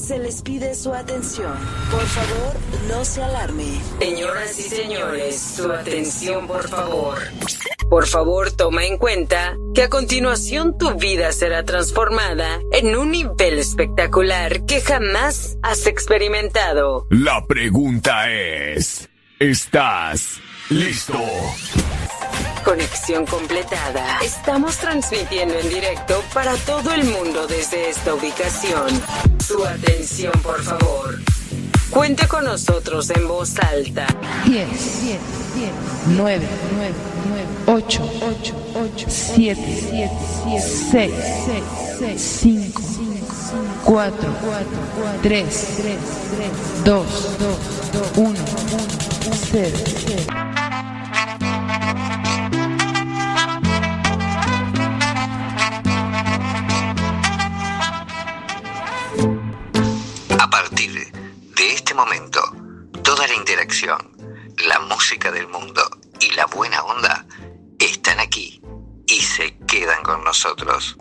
Se les pide su atención. Por favor, no se alarme. Señoras y señores, su atención, por favor. Por favor, toma en cuenta que a continuación tu vida será transformada en un nivel espectacular que jamás has experimentado. La pregunta es: ¿estás listo? Conexión completada. Estamos transmitiendo en directo para todo el mundo desde esta ubicación. Su atención, por favor. Cuente con nosotros en voz alta. 10, 9, 8, 7, 6, 5, 4, 3, 2, 1, 0. A partir de este momento, toda la interacción, la música del mundo y la buena onda están aquí y se quedan con nosotros.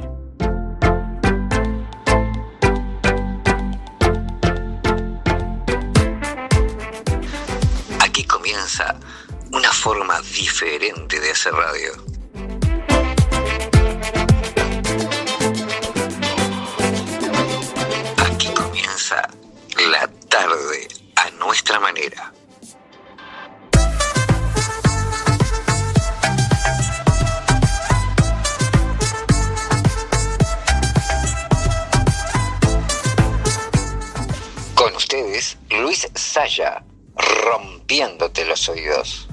Aquí comienza una forma diferente de hacer radio. La tarde a nuestra manera. Con ustedes, Luis Saya, rompiéndote los oídos.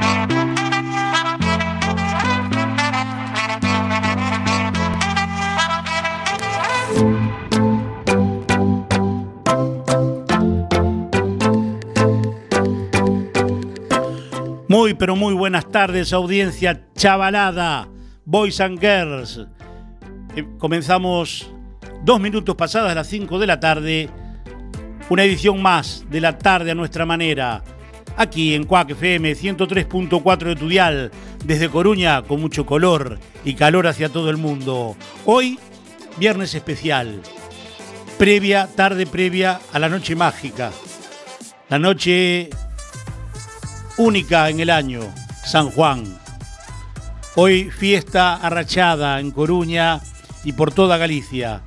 Muy, pero muy buenas tardes, audiencia chavalada, Boys and Girls. Comenzamos 2 minutos pasadas las 5 de la tarde, una edición más de La Tarde a Nuestra Manera, aquí en Quack FM 103.4 de tu dial, desde Coruña, con mucho color y calor hacia todo el mundo. Hoy, viernes especial, tarde previa a la noche mágica, la noche única en el año, San Juan. Hoy fiesta arrachada en Coruña y por toda Galicia.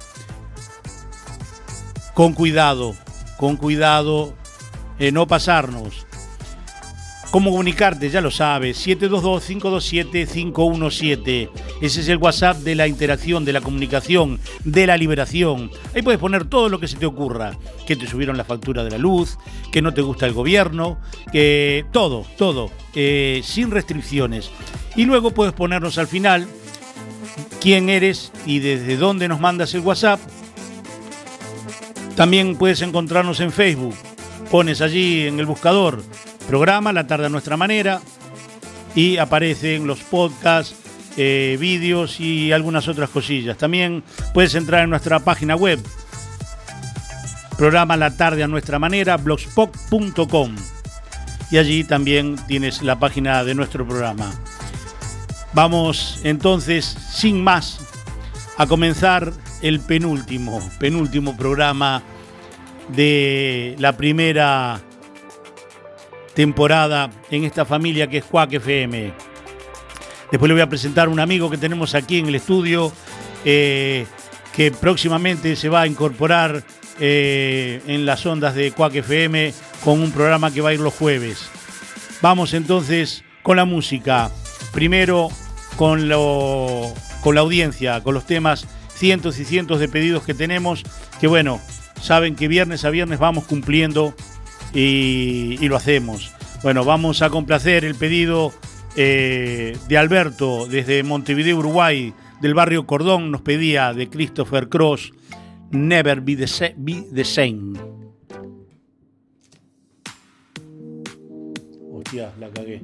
Con cuidado, no pasarnos. ¿Cómo comunicarte? Ya lo sabes, 722-527-517. Ese es el WhatsApp de la interacción, de la comunicación, de la liberación. Ahí puedes poner todo lo que se te ocurra. Que te subieron la factura de la luz, que no te gusta el gobierno, que todo, sin restricciones. Y luego puedes ponernos al final quién eres y desde dónde nos mandas el WhatsApp. También puedes encontrarnos en Facebook. Pones allí en el buscador programa La Tarde a Nuestra Manera y aparecen los podcasts, vídeos y algunas otras cosillas. También puedes entrar en nuestra página web, programa La Tarde a Nuestra Manera, blogspot.com, y allí también tienes la página de nuestro programa. Vamos entonces, sin más, a comenzar el penúltimo programa de la primera temporada en esta familia que es Quack FM. Después le voy a presentar a un amigo que tenemos aquí en el estudio, que próximamente se va a incorporar en las ondas de Quack FM con un programa que va a ir los jueves. Vamos entonces con la música. Primero con la audiencia, con los temas, cientos y cientos de pedidos que tenemos, que bueno, saben que viernes a viernes vamos cumpliendo y lo hacemos. Bueno, vamos a complacer el pedido de Alberto desde Montevideo, Uruguay, del barrio Cordón. Nos pedía de Christopher Cross, Never Be the Same. Hostia, la cagué.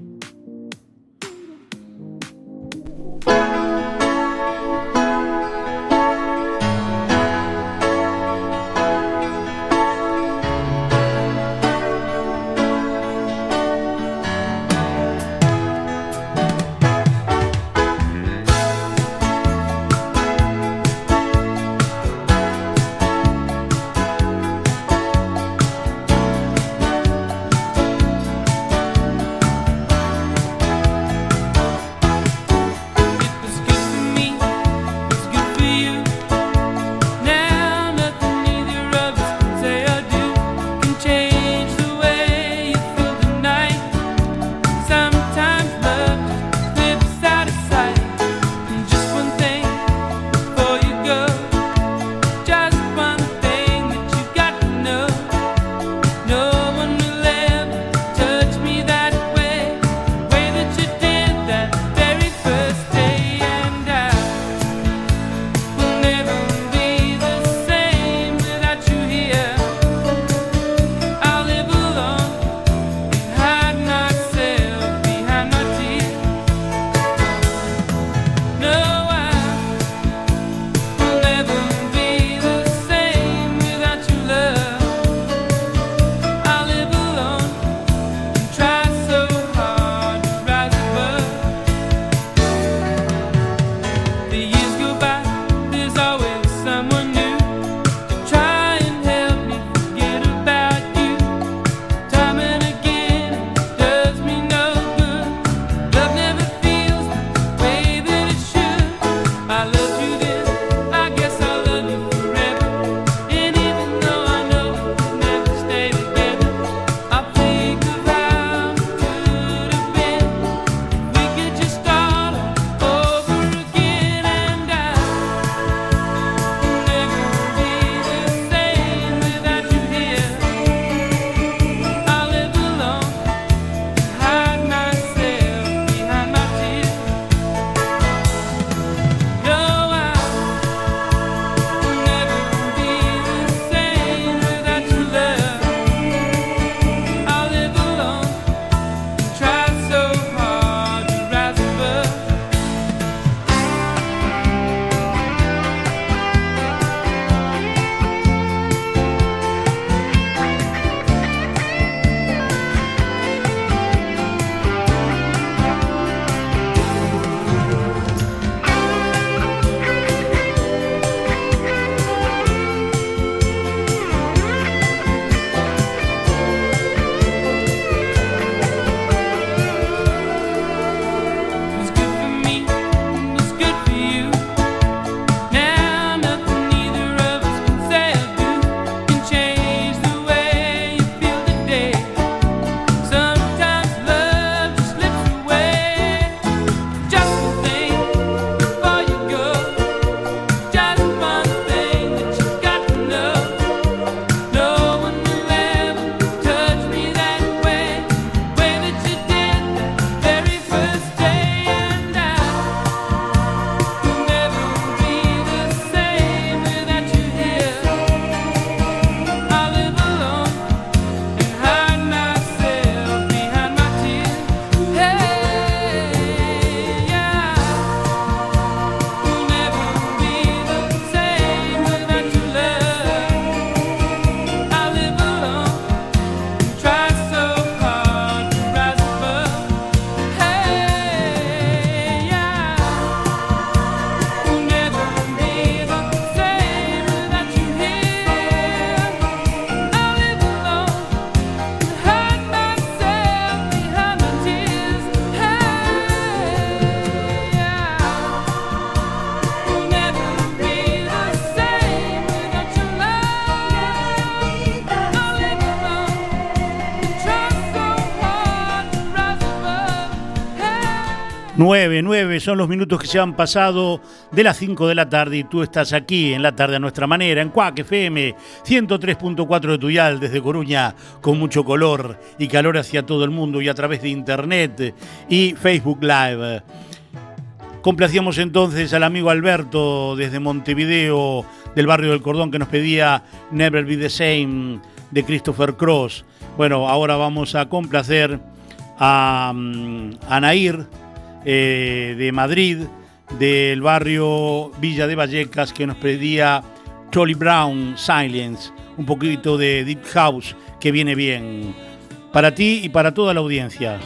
9 son los minutos que se han pasado de las 5 de la tarde y tú estás aquí en La Tarde a Nuestra Manera, en Quack FM 103.4 de Tuyal, desde Coruña, con mucho color y calor hacia todo el mundo y a través de Internet y Facebook Live. Complacíamos entonces al amigo Alberto desde Montevideo, del barrio del Cordón, que nos pedía Never Be the Same de Christopher Cross. Bueno, ahora vamos a complacer a Nair, de Madrid, del barrio Villa de Vallecas, que nos pedía Charlie Brown, Silence, un poquito de Deep House, que viene bien para ti y para toda la audiencia.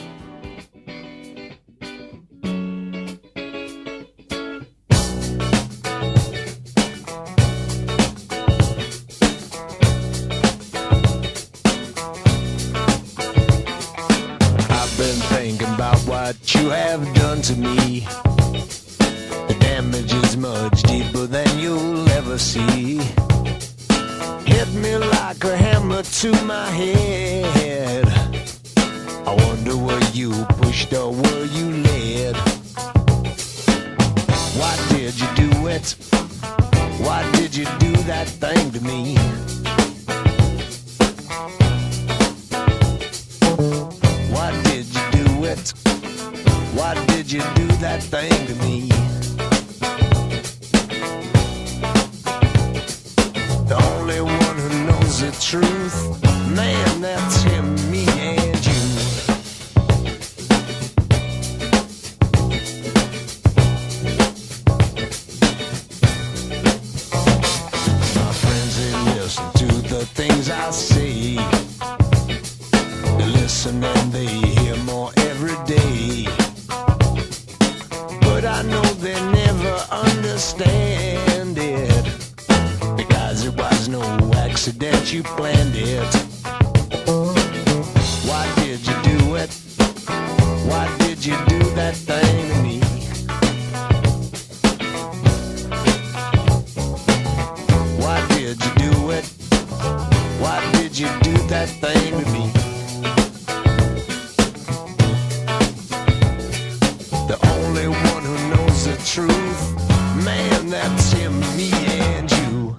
What you have done to me, the damage is much deeper than you'll ever see. Hit me like a hammer to my head. I wonder were you pushed or were you led? Why did you do it? Why did you do that thing to me? Why did you do it? Why did you do that thing to me? The only one who knows the truth, man, that's him, me and you. My friends, they listen to the things I say. They listen and they hear more every day. But I know they never understand it, because it was no accident, you planned it. Why did you do it? Why did you do that thing to me? Why did you do it? Why did you do that thing to me? Truth, man, that's him, me and you.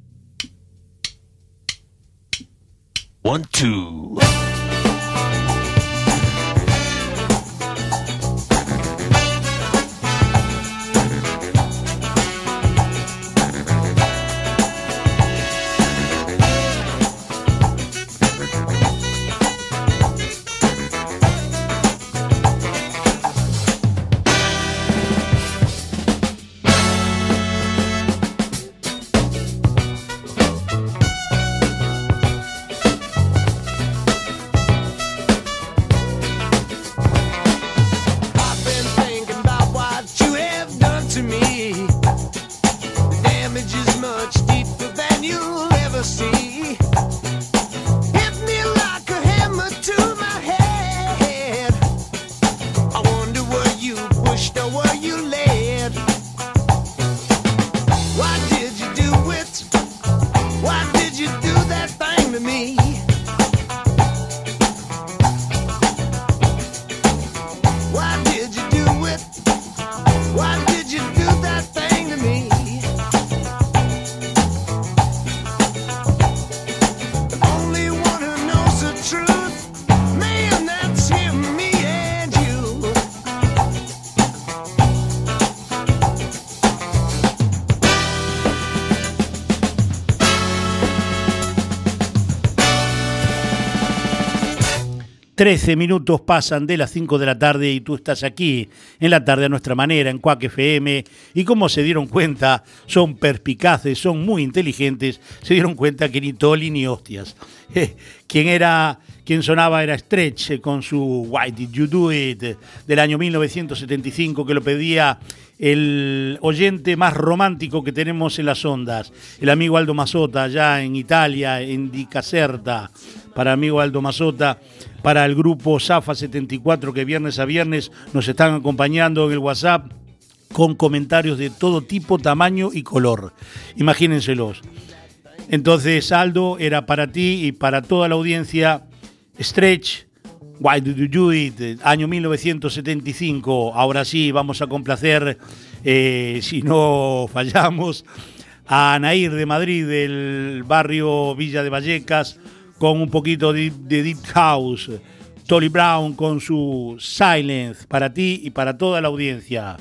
1, 2. Trece minutos pasan de las 5 de la tarde y tú estás aquí en La Tarde a Nuestra Manera, en Quack FM, y como se dieron cuenta, son perspicaces, son muy inteligentes, se dieron cuenta que ni Toli ni hostias. Quien sonaba era Stretch con su Why Did You Do It del año 1975, que lo pedía el oyente más romántico que tenemos en las ondas, el amigo Aldo Mazzota, allá en Italia, en Di Caserta. Para amigo Aldo Mazzota, para el grupo Zafa 74, que viernes a viernes nos están acompañando en el WhatsApp con comentarios de todo tipo, tamaño y color. Imagínenselos. Entonces, Aldo, era para ti y para toda la audiencia Stretch, Why Do You Do It, año 1975. Ahora sí, vamos a complacer, si no fallamos, a Anaír de Madrid, del barrio Villa de Vallecas, con un poquito de Deep House. Tolly Brown con su Silence, para ti y para toda la audiencia.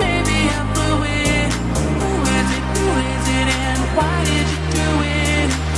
Why did you do it?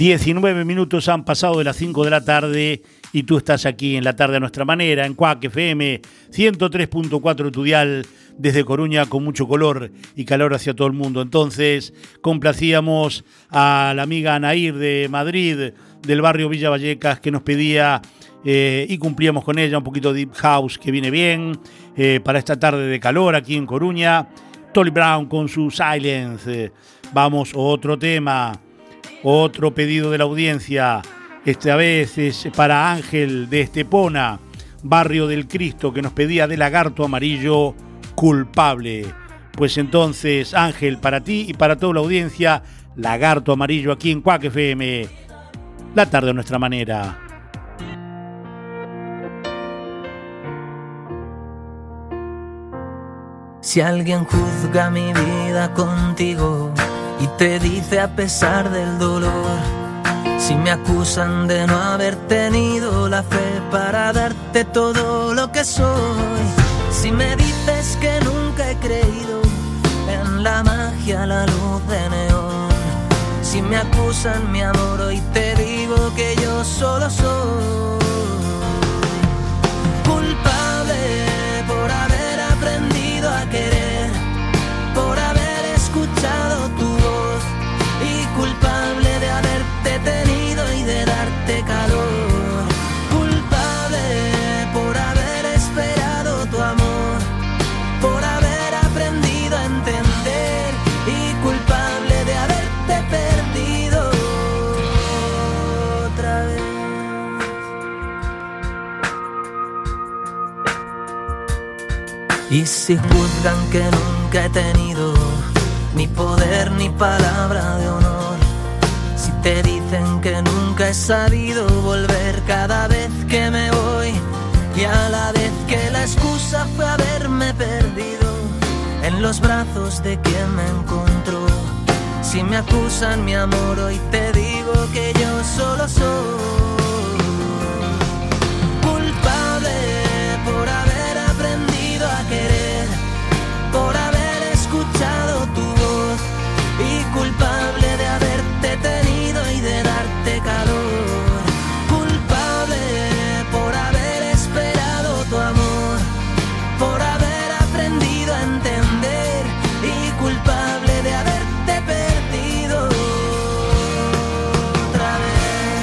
19 minutos han pasado de las 5 de la tarde y tú estás aquí en La Tarde a Nuestra Manera, en Cuac FM 103.4 tu dial, desde Coruña con mucho color y calor hacia todo el mundo. Entonces complacíamos a la amiga Anaír de Madrid, del barrio Villa Vallecas, que nos pedía y cumplíamos con ella un poquito de Deep House, que viene bien para esta tarde de calor aquí en Coruña. Tolly Brown con su Silence. Vamos, otro tema, otro pedido de la audiencia. Esta vez es para Ángel de Estepona, barrio del Cristo, que nos pedía de Lagarto Amarillo, Culpable. Pues entonces, Ángel, para ti y para toda la audiencia, Lagarto Amarillo aquí en Cuac FM, La Tarde a Nuestra Manera. Si alguien juzga mi vida contigo y te dice a pesar del dolor, si me acusan de no haber tenido la fe para darte todo lo que soy, si me dices que nunca he creído en la magia, la luz de neón, si me acusan mi amor, hoy te digo que yo solo soy culpable por haber aprendido a querer, por haber escuchado tu voz, y culpable de haberte tenido y de darte calor, culpable por haber esperado tu amor, por haber aprendido a entender, y culpable de haberte perdido otra vez. Y si juzgan que nunca he tenido ni poder ni palabra de honor, si te dicen que nunca he sabido volver cada vez que me voy, y a la vez que la excusa fue haberme perdido en los brazos de quien me encontró, si me acusan mi amor, hoy te digo que yo solo soy culpable por haber aprendido a querer, por haber escuchado tu voz, y culpable de haberte tenido y de darte calor, culpable por haber esperado tu amor, por haber aprendido a entender, y culpable de haberte perdido otra vez.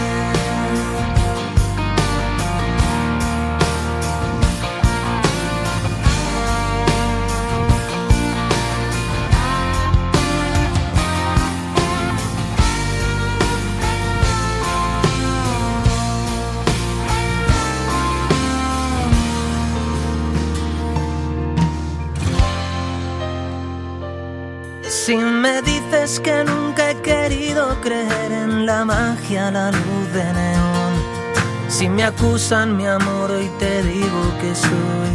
Si me dices que nunca he querido creer en la magia, la luz de neón, si me acusan mi amor, hoy te digo que soy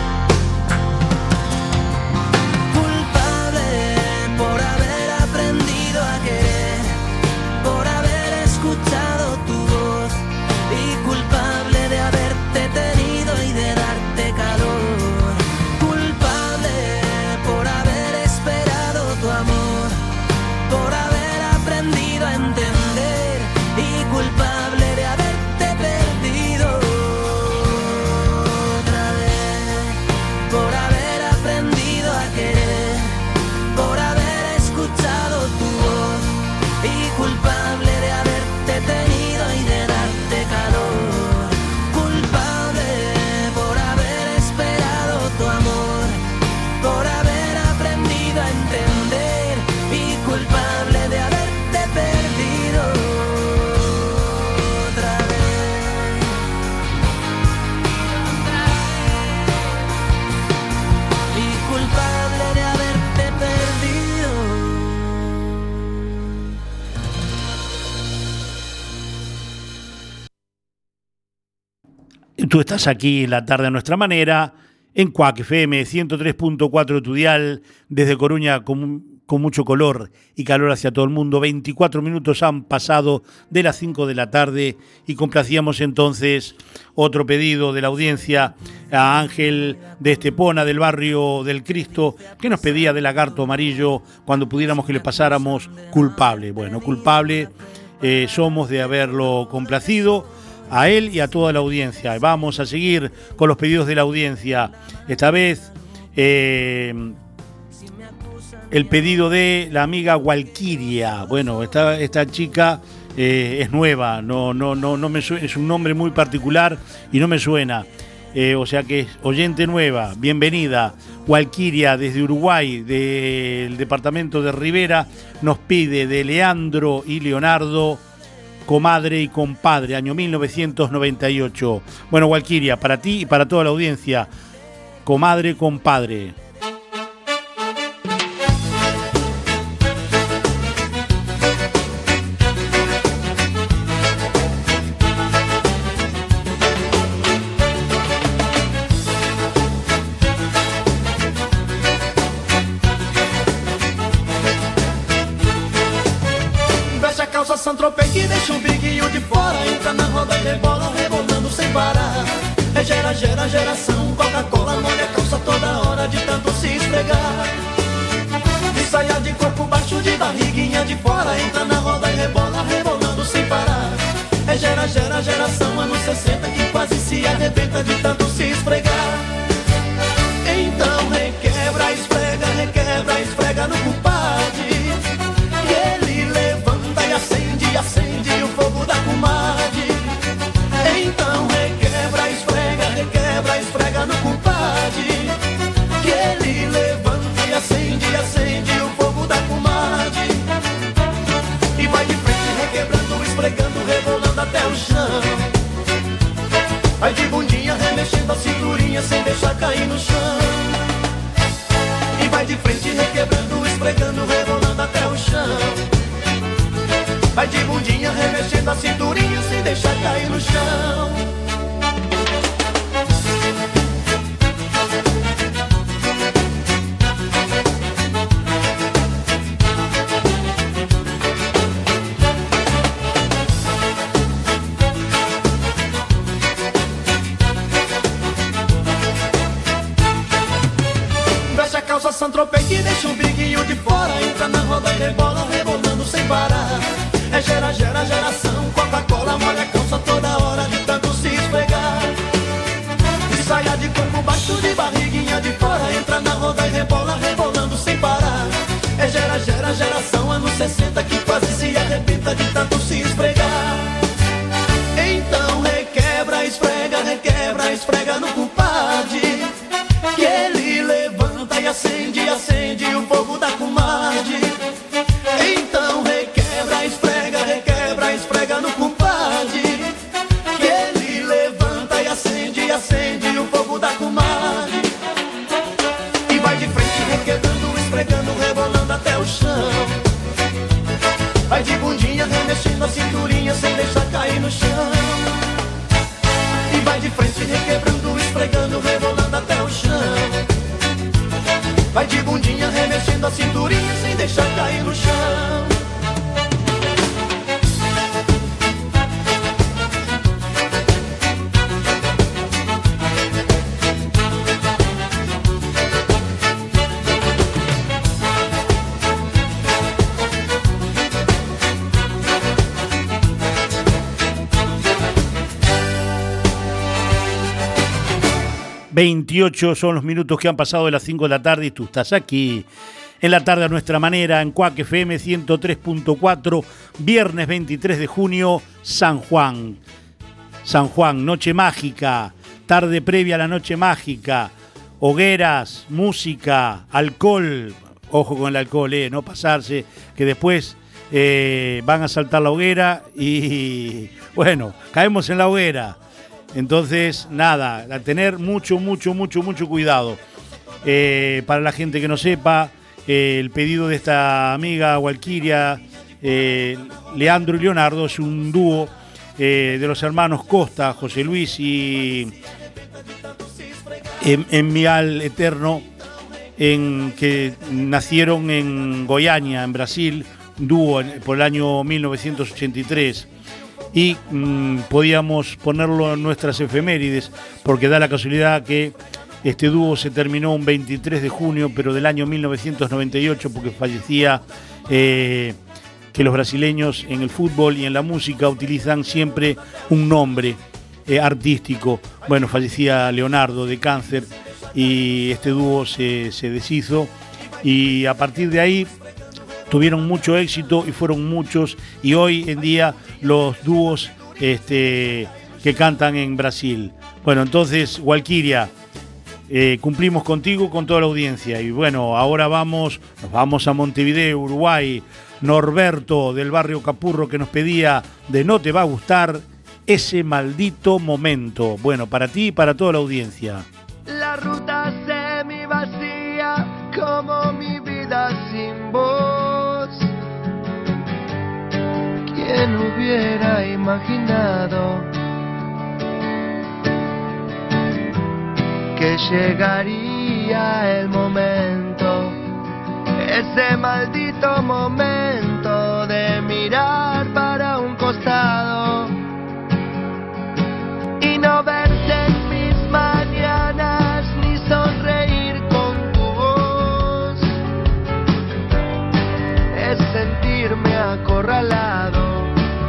culpable por haber aprendido a querer, por haber escuchado tu voz, y culpable de haberte tenido y de darte calor, culpable por haber esperado tu amor, por haber aprendido a entender, y culpable de haberte perdido otra vez, por haber aprendido a querer, por haber escuchado tu voz, y culpable de haberte tenido y de darte calor, culpable por haber esperado tu amor, por haber aprendido a entender, y culpable de haberte perdido otra vez, y culpable de haberte perdido. Tú estás aquí en La Tarde a Nuestra Manera, en Cuac FM 103.4 tu dial, desde Coruña con mucho color y calor hacia todo el mundo. 24 minutos han pasado de las 5 de la tarde y complacíamos entonces otro pedido de la audiencia a Ángel de Estepona, del barrio del Cristo, que nos pedía de Lagarto Amarillo cuando pudiéramos que le pasáramos Culpable. Bueno, Culpable somos de haberlo complacido a él y a toda la audiencia. Vamos a seguir con los pedidos de la audiencia. Esta vez el pedido de la amiga Walkiria. Bueno, esta chica es nueva, no me suena, es un nombre muy particular y no me suena. O sea que es oyente nueva, bienvenida. Walkiria desde Uruguay, del departamento de Rivera, nos pide de Leandro y Leonardo, Comadre y Compadre, año 1998. Bueno, Walkiria, para ti y para toda la audiencia, Comadre, Compadre. Santropei que deixa um biguinho de fora, entra na roda e rebola, rebolando sem parar. É geração, Coca-Cola molha a calça toda hora de tanto se esfregar. E saia de corpo baixo, de barriguinha de fora, entra na roda e rebola, rebolando sem parar. É geração, anos 60 que quase se arrebenta de tanto se esfregar. Então requebra, esfrega no compadre. E ele levanta e acende o fogo da comadre. Então requebra, esfrega no compadre. Que ele levanta e acende o fogo da comadre. E vai de frente requebrando, esfregando, rebolando até o chão. Vai de bundinha remexendo a cinturinha sem deixar cair no chão. E vai de frente requebrando, esfregando, rebolando até o chão. Vai de bundinha remexendo a cinturinha sem deixar cair no chão. Veste a calça Santropei que deixa um biguinho de fora, entra na roda e rebola, rebolando sem parar. É geração, Coca-Cola molha a calça toda hora de tanto se esfregar. E saia de corpo baixo, de barriguinha de fora, entra na roda e rebola, rebolando sem parar. É geração, anos 60 que quase se arrebenta de tanto se esfregar. Então requebra, esfrega no compadre. Que ele levanta e acende o fogo da comadre. Então requebra, esfrega no compadre. Que ele levanta e acende o fogo da comadre. E vai de frente requebrando, esfregando, rebolando até o chão. Vai de bundinha remexendo a cinturinha sem deixar cair no chão. E vai de frente requebrando, esfregando, rebolando até o chão. Vai de bundinha remexendo a cinturinha sem deixar cair no chão. ...28 son los minutos que han pasado de las 5 de la tarde... ...y tú estás aquí... ...en la tarde a nuestra manera... ...en Cuac FM 103.4... ...viernes 23 de junio... ...San Juan... ...noche mágica... ...tarde previa a la noche mágica... ...hogueras... ...música... ...alcohol... ...ojo con el alcohol, no pasarse... ...que después... ...van a saltar la hoguera... ...y... ...bueno, caemos en la hoguera... Entonces, nada, a tener mucho cuidado. Para la gente que no sepa, el pedido de esta amiga Walkiria, Leandro y Leonardo, es un dúo de los hermanos Costa, José Luis y Enmial Eterno, que nacieron en Goiânia, en Brasil, dúo por el año 1983. Y podíamos ponerlo en nuestras efemérides, porque da la casualidad que este dúo se terminó un 23 de junio, pero del año 1998, porque fallecía que los brasileños en el fútbol y en la música utilizan siempre un nombre artístico. Bueno, fallecía Leonardo de cáncer y este dúo se deshizo, y a partir de ahí tuvieron mucho éxito y fueron muchos, y hoy en día los dúos que cantan en Brasil. Bueno, entonces, Walkiria, cumplimos contigo, con toda la audiencia, y bueno, ahora nos vamos a Montevideo, Uruguay. Norberto del barrio Capurro, que nos pedía de No Te Va a Gustar, Ese Maldito Momento. Bueno, para ti y para toda la audiencia. La ruta semi vacía, como mi vida sin vos. ¿Quién hubiera imaginado que llegaría el momento, ese maldito momento de mirar para un costado y no verte en mis mañanas ni sonreír con tu voz? Es sentirme acorralado,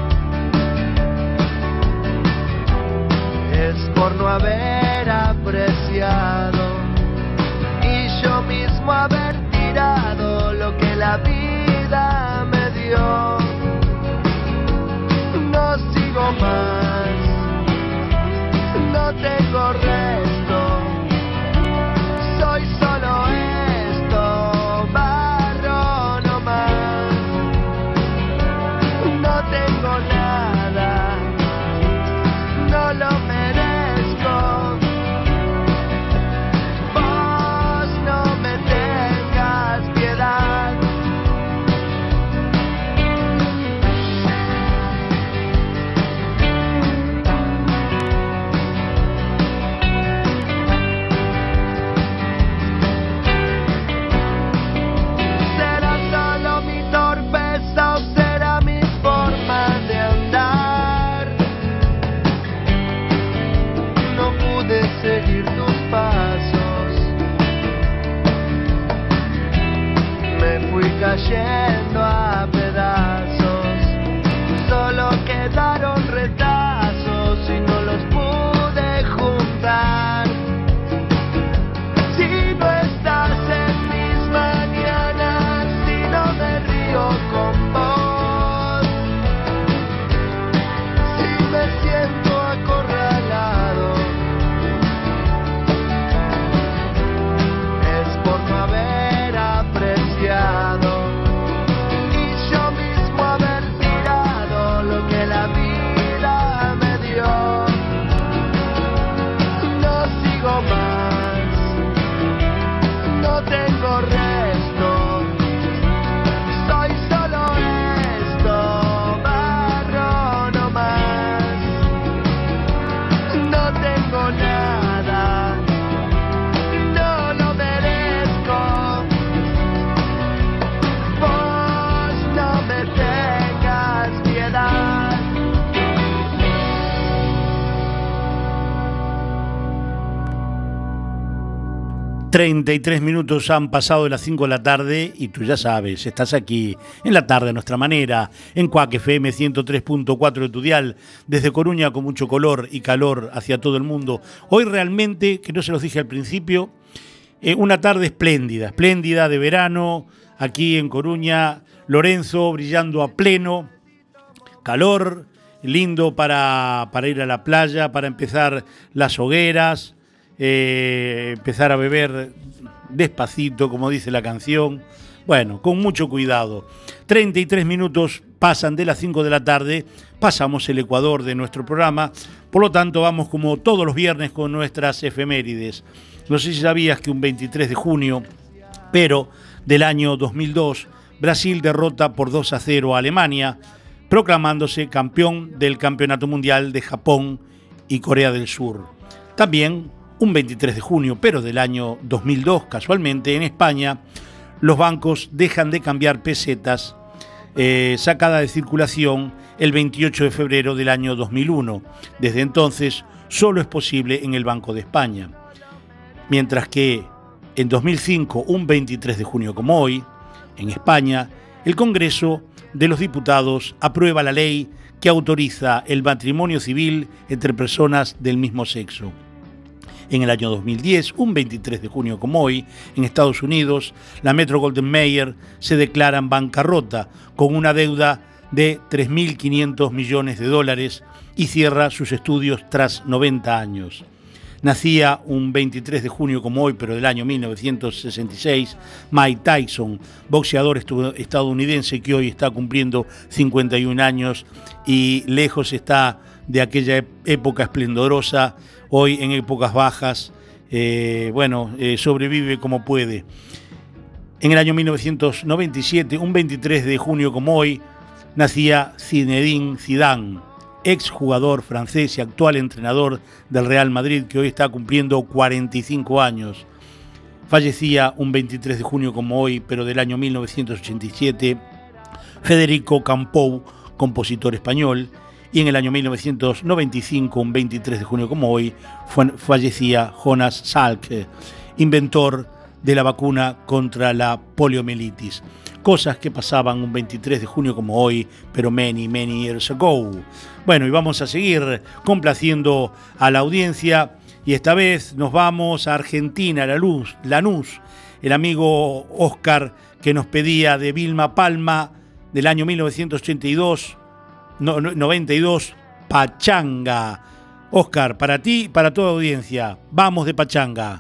es por no haber apreciado y yo mismo haber tirado lo que la vida me dio. No sigo más, no tengo resto, soy solo esto, barro nomás. No tengo nada, no lo merezco. Vos no me tengas piedad. ¿Será solo mi torpeza o será mi forma de andar? No pude seguir tus pasos, me fui cayendo a pedazos, solo quedaron retazos y no los pude juntar. Si no estás en mis mañanas, si no me río con vos, si me siento acorralado, es por no haber apreciado y yo mismo haber tirado lo que la vida me dio. No sigo más, no tengo resto, soy solo esto, barro nomás. No tengo nada, no lo merezco. Vos no me tengas piedad. 33 minutos han pasado de las 5 de la tarde y tú ya sabes, estás aquí en la tarde a nuestra manera, en Cuac FM 103.4 de tu dial, desde Coruña con mucho color y calor hacia todo el mundo. Hoy realmente, que no se los dije al principio, una tarde espléndida, espléndida de verano, aquí en Coruña, Lorenzo brillando a pleno, calor, lindo para ir a la playa, para empezar las hogueras, empezar a beber despacito, como dice la canción. Bueno, con mucho cuidado. 33 minutos pasan de las 5 de la tarde, pasamos el ecuador de nuestro programa, por lo tanto vamos como todos los viernes con nuestras efemérides. No sé si sabías que un 23 de junio, pero del año 2002, Brasil derrota por 2-0 a Alemania, proclamándose campeón del Campeonato Mundial de Japón y Corea del Sur. También un 23 de junio, pero del año 2002, casualmente, en España, los bancos dejan de cambiar pesetas sacada de circulación el 28 de febrero del año 2001. Desde entonces, solo es posible en el Banco de España. Mientras que en 2005, un 23 de junio como hoy, en España, el Congreso de los Diputados aprueba la ley que autoriza el matrimonio civil entre personas del mismo sexo. En el año 2010, un 23 de junio como hoy, en Estados Unidos, la Metro-Goldwyn-Mayer se declara en bancarrota con una deuda de 3.500 millones de dólares y cierra sus estudios tras 90 años. Nacía un 23 de junio como hoy, pero del año 1966, Mike Tyson, boxeador estadounidense que hoy está cumpliendo 51 años y lejos está de aquella época esplendorosa, hoy en épocas bajas, sobrevive como puede. En el año 1997, un 23 de junio como hoy, nacía Zinedine Zidane, exjugador francés y actual entrenador del Real Madrid, que hoy está cumpliendo 45 años. Fallecía un 23 de junio como hoy, pero del año 1987, Federico Campou, compositor español, y en el año 1995, un 23 de junio como hoy, fallecía Jonas Salk, inventor de la vacuna contra la poliomielitis. Cosas que pasaban un 23 de junio como hoy, pero many years ago. Bueno, y vamos a seguir complaciendo a la audiencia, y esta vez nos vamos a Argentina, Lanús, el amigo Oscar que nos pedía de Vilma Palma del año 92, Pachanga. Oscar, para ti y para toda audiencia, vamos de Pachanga.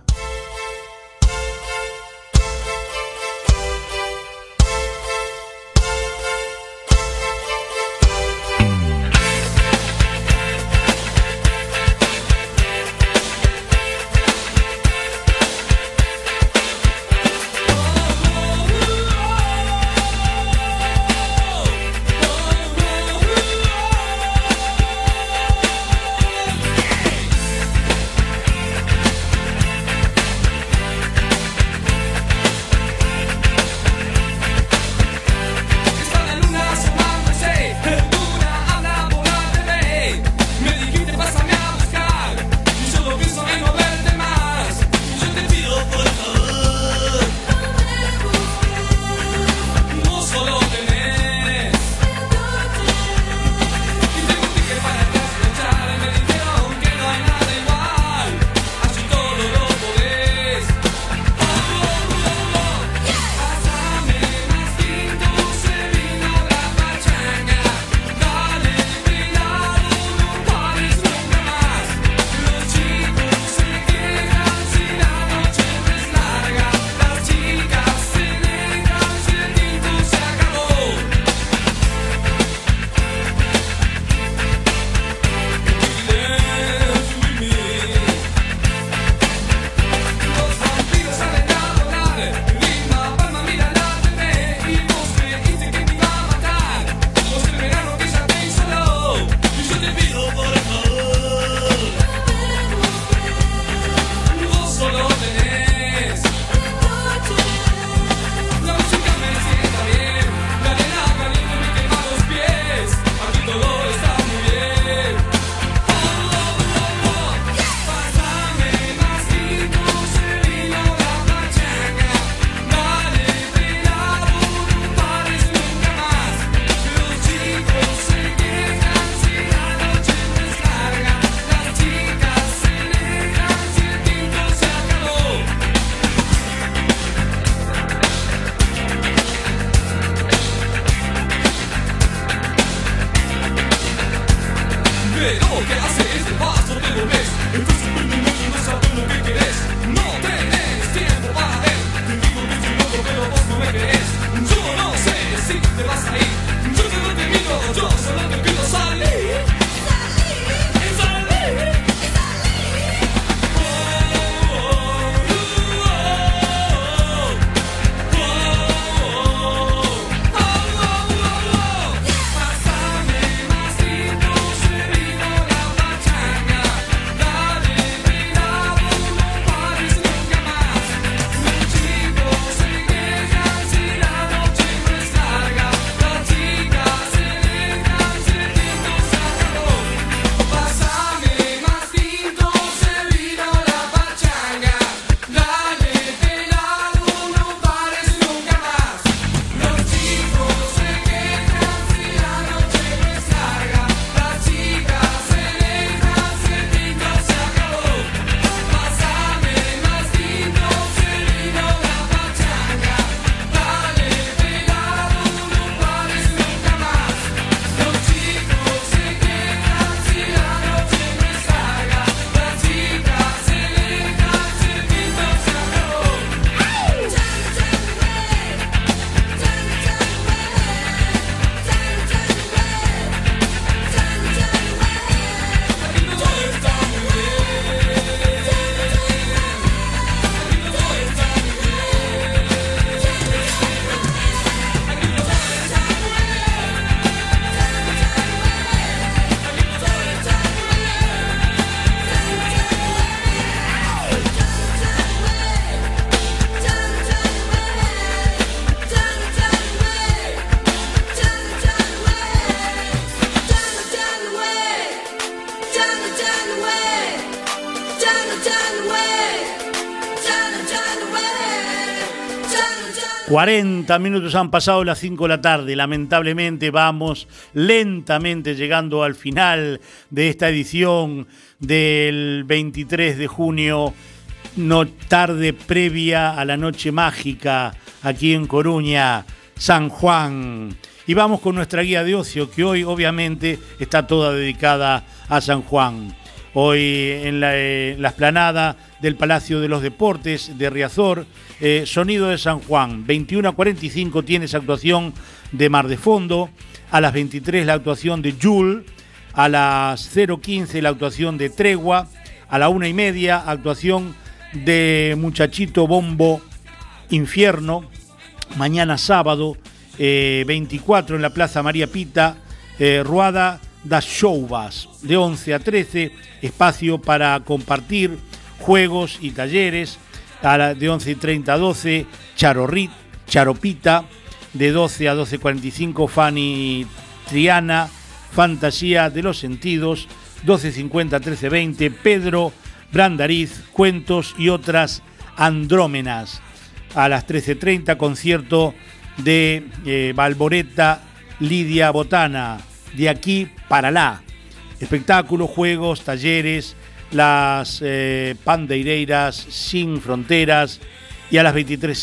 40 minutos han pasado las 5 de la tarde. Lamentablemente vamos lentamente llegando al final de esta edición del 23 de junio, tarde previa a la noche mágica aquí en Coruña, San Juan. Y vamos con nuestra guía de ocio, que hoy obviamente está toda dedicada a San Juan. Hoy en la explanada del Palacio de los Deportes de Riazor, Sonido de San Juan, 21:45 tiene esa actuación de Mar de Fondo, a las 23 la actuación de Jul, a las 0:15 la actuación de Tregua, a la 1:30 actuación de Muchachito Bombo Infierno, mañana sábado 24 en la Plaza María Pita, Ruada das Chouvas, de 11 a 13, espacio para compartir juegos y talleres, de 11:30 a 12, Charopita, de 12 a 12:45, Fanny Triana, Fantasía de los Sentidos, 12:50 a 13:20, Pedro Brandariz, Cuentos y otras Andrómenas. A las 13:30, concierto de Valboreta Lidia Botana, de aquí para allá. Espectáculos, juegos, talleres, las Pandeireiras sin fronteras, y a las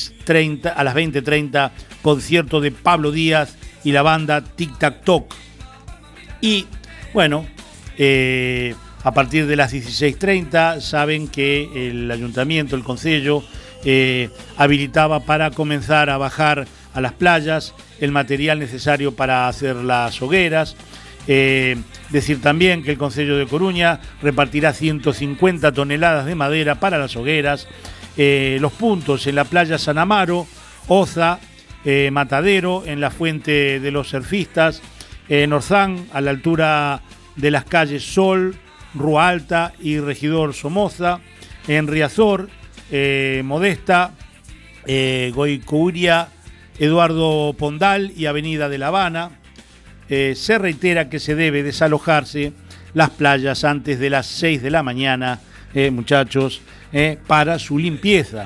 20:30 concierto de Pablo Díaz y la banda Tic Tac Toc. Y bueno, a partir de las 16:30 saben que el ayuntamiento, el concello, habilitaba para comenzar a bajar a las playas el material necesario para hacer las hogueras. Decir también que el Concello de Coruña repartirá 150 toneladas de madera para las hogueras. Los puntos en la playa San Amaro, Oza, Matadero, en la Fuente de los Surfistas, Orzán, a la altura de las calles Sol, Rúa Alta y Regidor Somoza, en Riazor, Modesta, Goicuria, Eduardo Pondal y Avenida de La Habana. Se reitera que se debe desalojarse las playas antes de las 6 de la mañana, muchachos, para su limpieza.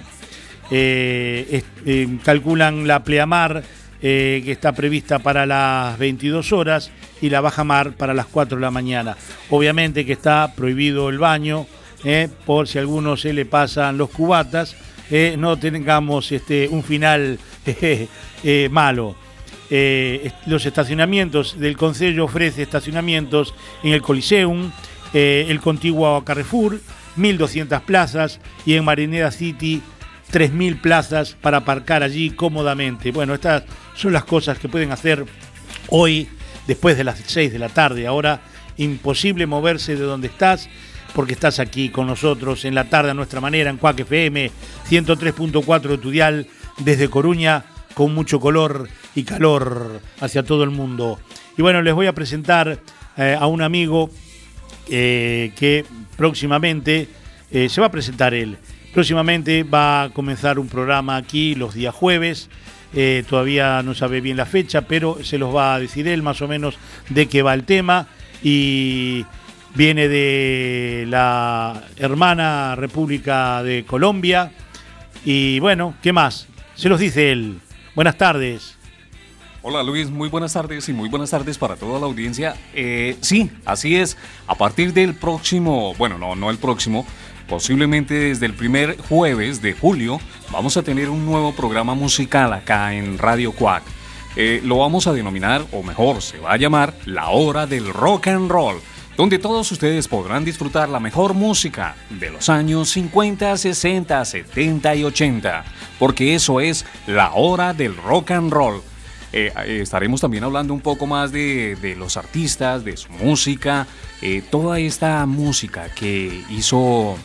Calculan la pleamar que está prevista para las 22 horas y la bajamar para las 4 de la mañana. Obviamente que está prohibido el baño, por si a alguno se le pasan los cubatas, no tengamos un final malo. Los estacionamientos del Concello ofrece estacionamientos en el Coliseum, el contiguo a Carrefour, 1.200 plazas, y en Marineda City 3.000 plazas para aparcar allí cómodamente. Bueno, estas son las cosas que pueden hacer hoy después de las 6 de la tarde. Ahora imposible moverse de donde estás, porque estás aquí con nosotros en la tarde a nuestra manera en Cuac FM 103.4 de tu dial desde Coruña, con mucho color y calor hacia todo el mundo. Y bueno, les voy a presentar a un amigo que próximamente se va a presentar él. Próximamente va a comenzar un programa aquí los días jueves. Todavía no sabe bien la fecha, pero se los va a decir él más o menos de qué va el tema. Y viene de la hermana República de Colombia. Y bueno, ¿qué más? Se los dice él. Buenas tardes. Hola Luis, muy buenas tardes y muy buenas tardes para toda la audiencia. Sí, así es. A partir del próximo, bueno, no el próximo, posiblemente desde el primer jueves de julio, vamos a tener un nuevo programa musical acá en Radio Cuac. Lo vamos a denominar, o mejor, se va a llamar La Hora del Rock and Roll, donde todos ustedes podrán disfrutar la mejor música de los años 50, 60, 70 y 80, porque eso es La Hora del Rock and Roll. Estaremos también hablando un poco más de los artistas, de su música, toda esta música que hizo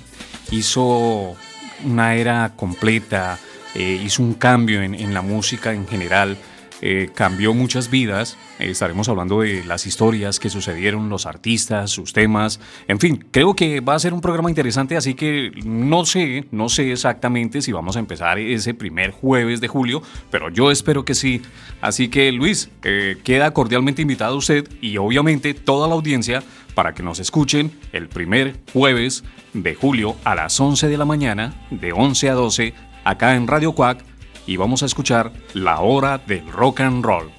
una era completa, hizo un cambio en la música en general. Cambió muchas vidas. Estaremos hablando de las historias que sucedieron, los artistas, sus temas, en fin, creo que va a ser un programa interesante, así que no sé exactamente si vamos a empezar ese primer jueves de julio, pero yo espero que sí. Así que Luis, queda cordialmente invitado usted y obviamente toda la audiencia para que nos escuchen el primer jueves de julio a las 11 de la mañana, de 11 a 12, acá en Radio Cuac, y vamos a escuchar La Hora del Rock and Roll.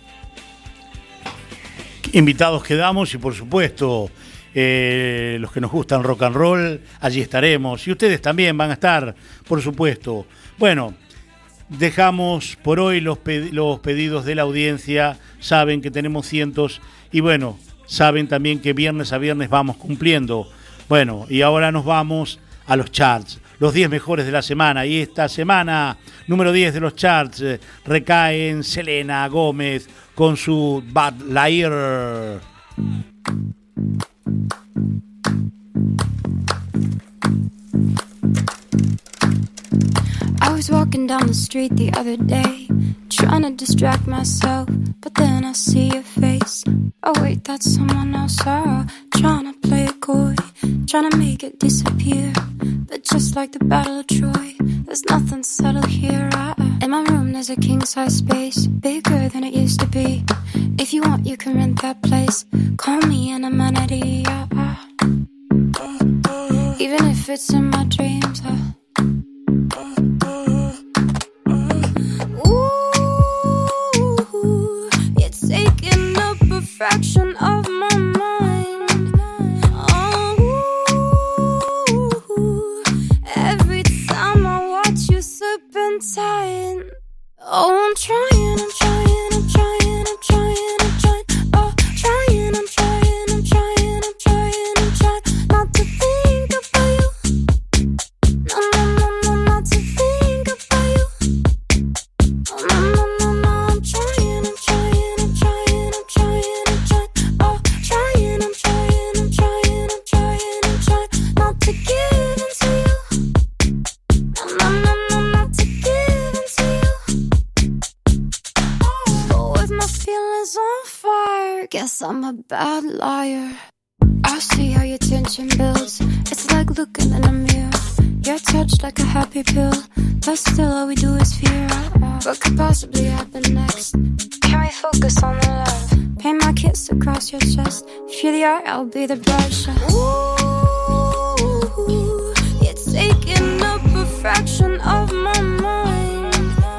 Invitados quedamos y por supuesto los que nos gustan rock and roll, allí estaremos y ustedes también van a estar, por supuesto. Bueno, dejamos por hoy los pedidos de la audiencia, saben que tenemos cientos y bueno, saben también que viernes a viernes vamos cumpliendo. Bueno, y ahora nos vamos a los charts, los 10 mejores de la semana y esta semana, número 10 de los charts, recae en Selena Gómez con su Bad Liar. I was walking down the street the other day, trying to distract myself, but then I see your face. Oh wait, that's someone else. Trying to play it coy, trying to make it disappear. But just like the Battle of Troy, there's nothing subtle here. In my room there's a king-size space, bigger than it used to be. If you want, you can rent that place. Call me an amenity. Even if it's in my dreams. Ooh, you're taking up a fraction of my mind. Oh, every time I watch you serpentine. Oh, I'm trying, I'm trying, I'm trying, I'm trying, I'm trying. Oh, trying, I'm trying, I'm trying, I'm trying, I'm trying not to think about you. No, no, no, no, not to think about you. Oh, no, no, no, no, I'm trying, I'm trying, I'm trying, I'm trying, I'm trying. Oh, trying, I'm trying, I'm trying, I'm trying, I'm trying not to give in to you. No, no, no, no, not to give in to you. But with my feelings on fire, guess I'm a bad liar. I see how your tension builds. It's like looking in a mirror. You're touched like a happy pill, but still all we do is fear. What could possibly happen next? Can we focus on the love? Paint my kiss across your chest. If you're the art, I'll be the brush. Ooh, you're taking up a fraction of my mind.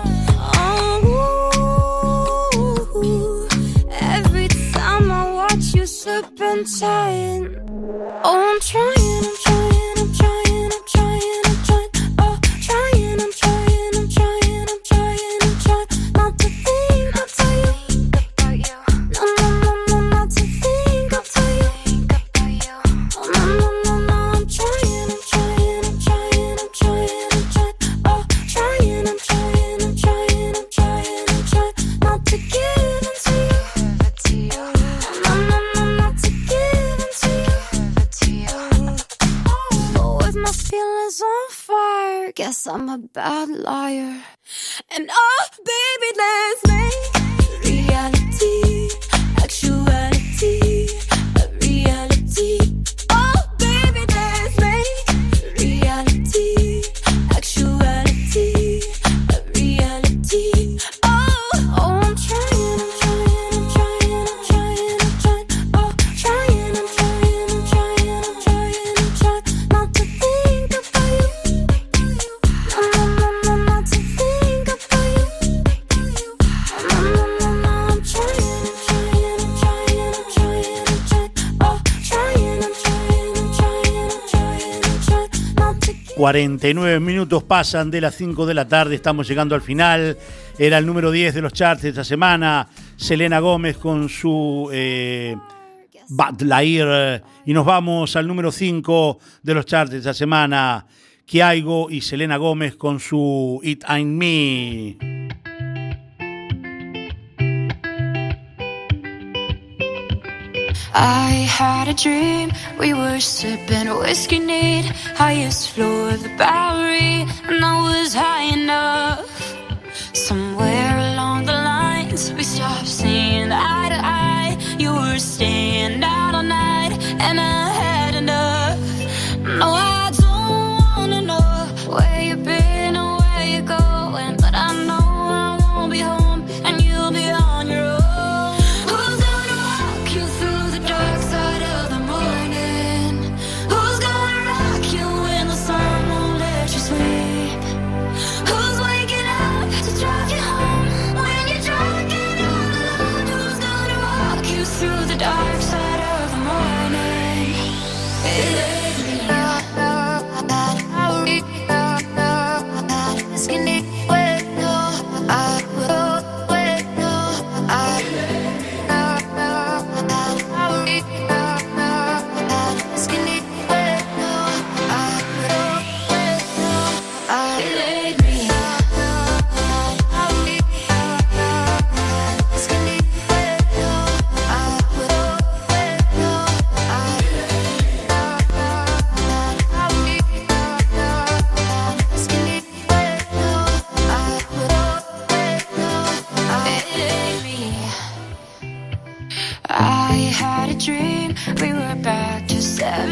Oh, every time I watch you serpentine. Oh, I'm trying, I'm trying, I'm trying, I'm trying, I'm trying. Oh, trying, I'm trying, I'm trying, I'm trying, I'm trying not to think about you. No, no, no, no, not to think about you. Oh, no, no, no, no, I'm trying, I'm trying, I'm trying, I'm trying, I'm trying. Oh, trying, I'm trying, I'm trying, I'm trying, I'm trying not to give in to you. No, no, no, not to give in to you. But with my feelings on fire, guess I'm a bad liar. And oh, baby, let's make reality, actuality, a reality. Oh, baby, let's make reality, actuality, a reality. Oh, I'm trying, I'm trying, I'm trying, I'm trying, I'm trying. Oh, trying, I'm trying, I'm trying, I'm trying, I'm trying not to think about you. No, no, no, no, not to think about you. No, no, no, no, I'm trying, I'm trying, I'm trying, I'm trying, I'm trying. Oh, trying, I'm trying, I'm trying, I'm trying, I'm trying not to 49 minutos pasan de las 5 de la tarde, estamos llegando al final. Era el número 10 de los charts de esta semana, Selena Gómez con su Bad Liar. Y nos vamos al número 5 de los charts de esta semana, Kygo y Selena Gómez con su It Ain't Me. I had a dream, we were sipping whiskey neat, highest floor of the Bowery, and I was high enough. Somewhere along the lines, we stopped seeing eye to eye. You were staying out all night, and I had enough. No, I don't wanna know where you've been or where you're going, but I know I won't be home, and you'll be on your own. Who's gonna walk you through the dark side of the morning? Who's gonna rock you when the sun won't let you sleep? Who's waking up to try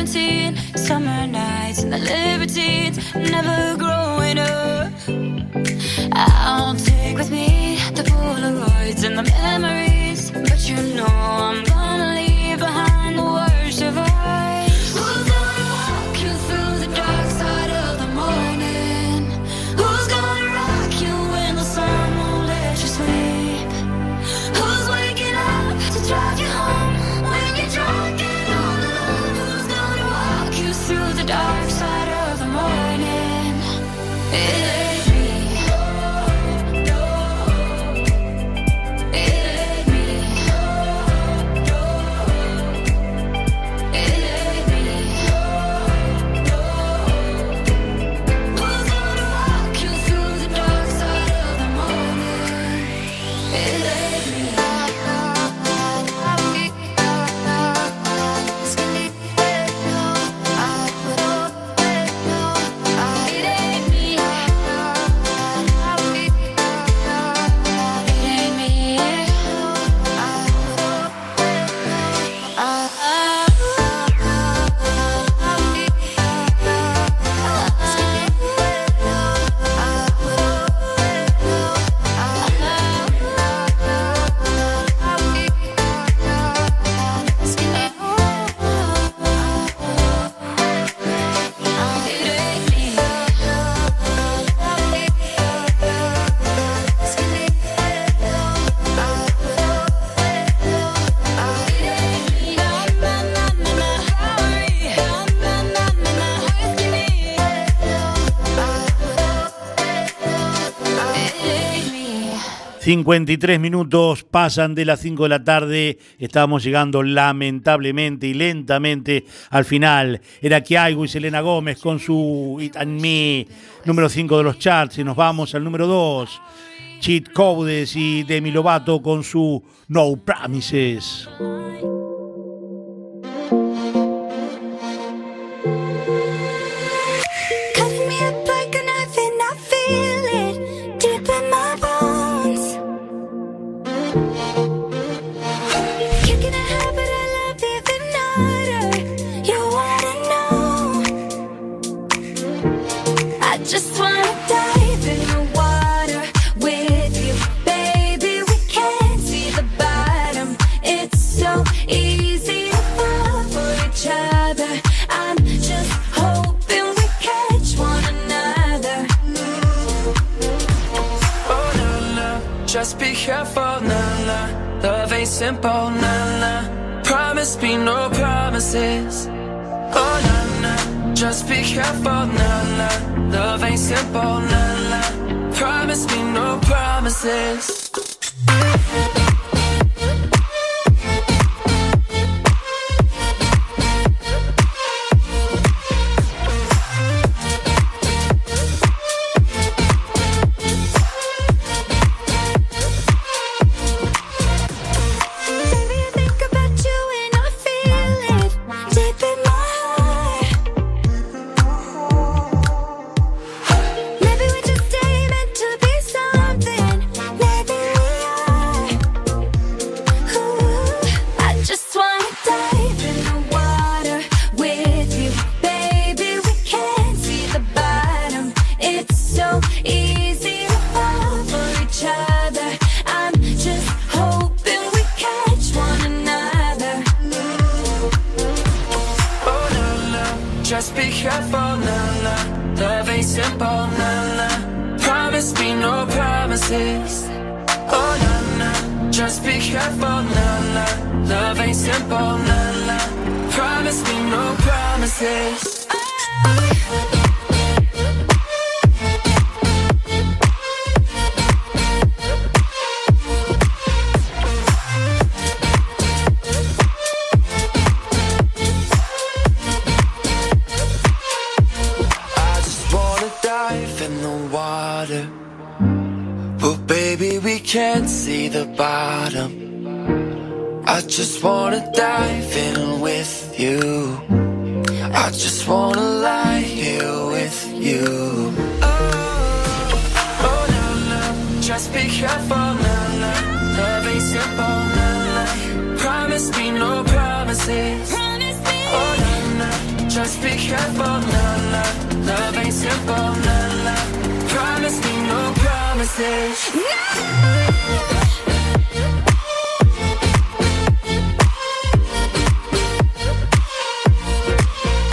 17, summer nights and the libertines, never growing up. I'll take with me the Polaroids and the memories, but you know I'm gonna leave behind the worst of us. Who's gonna walk you through the dark side of the morning? Who's gonna rock you when the sun won't let you sleep? Who's waking up to drive you home when you're drunk and all alone? Who's gonna walk you through the dark side of the morning? It ain't me. ...53 pasan de las 5 de la tarde... ...estábamos llegando lamentablemente y lentamente al final... ...era Kyaigo y Selena Gómez con su It and Me... ...número 5 de los charts... ...y nos vamos al número 2... ...Cheat Codes y Demi Lovato con su No Promises... Just be careful, nah, nah. Love ain't simple, nah, nah. Promise me no promises. Oh, nah, nah. Just be careful, nah, nah. Love ain't simple, nah, nah. Promise me no promises. Just be careful, nah, nah. Love ain't simple, nah, nah. Promise me no promises. Oh, nah, nah. Just be careful, nah, nah. Love ain't simple, nah, nah. Promise me no promises. But baby, we can't see the bottom. I just wanna dive in with you. I just wanna lie here with you. Oh, no, no. Just be careful, no, no. Love ain't simple, no, no. Promise me no promises. Oh, no, no. just be careful, nah, nah. Love ain't simple, nah, nah. Promise me no promises. No!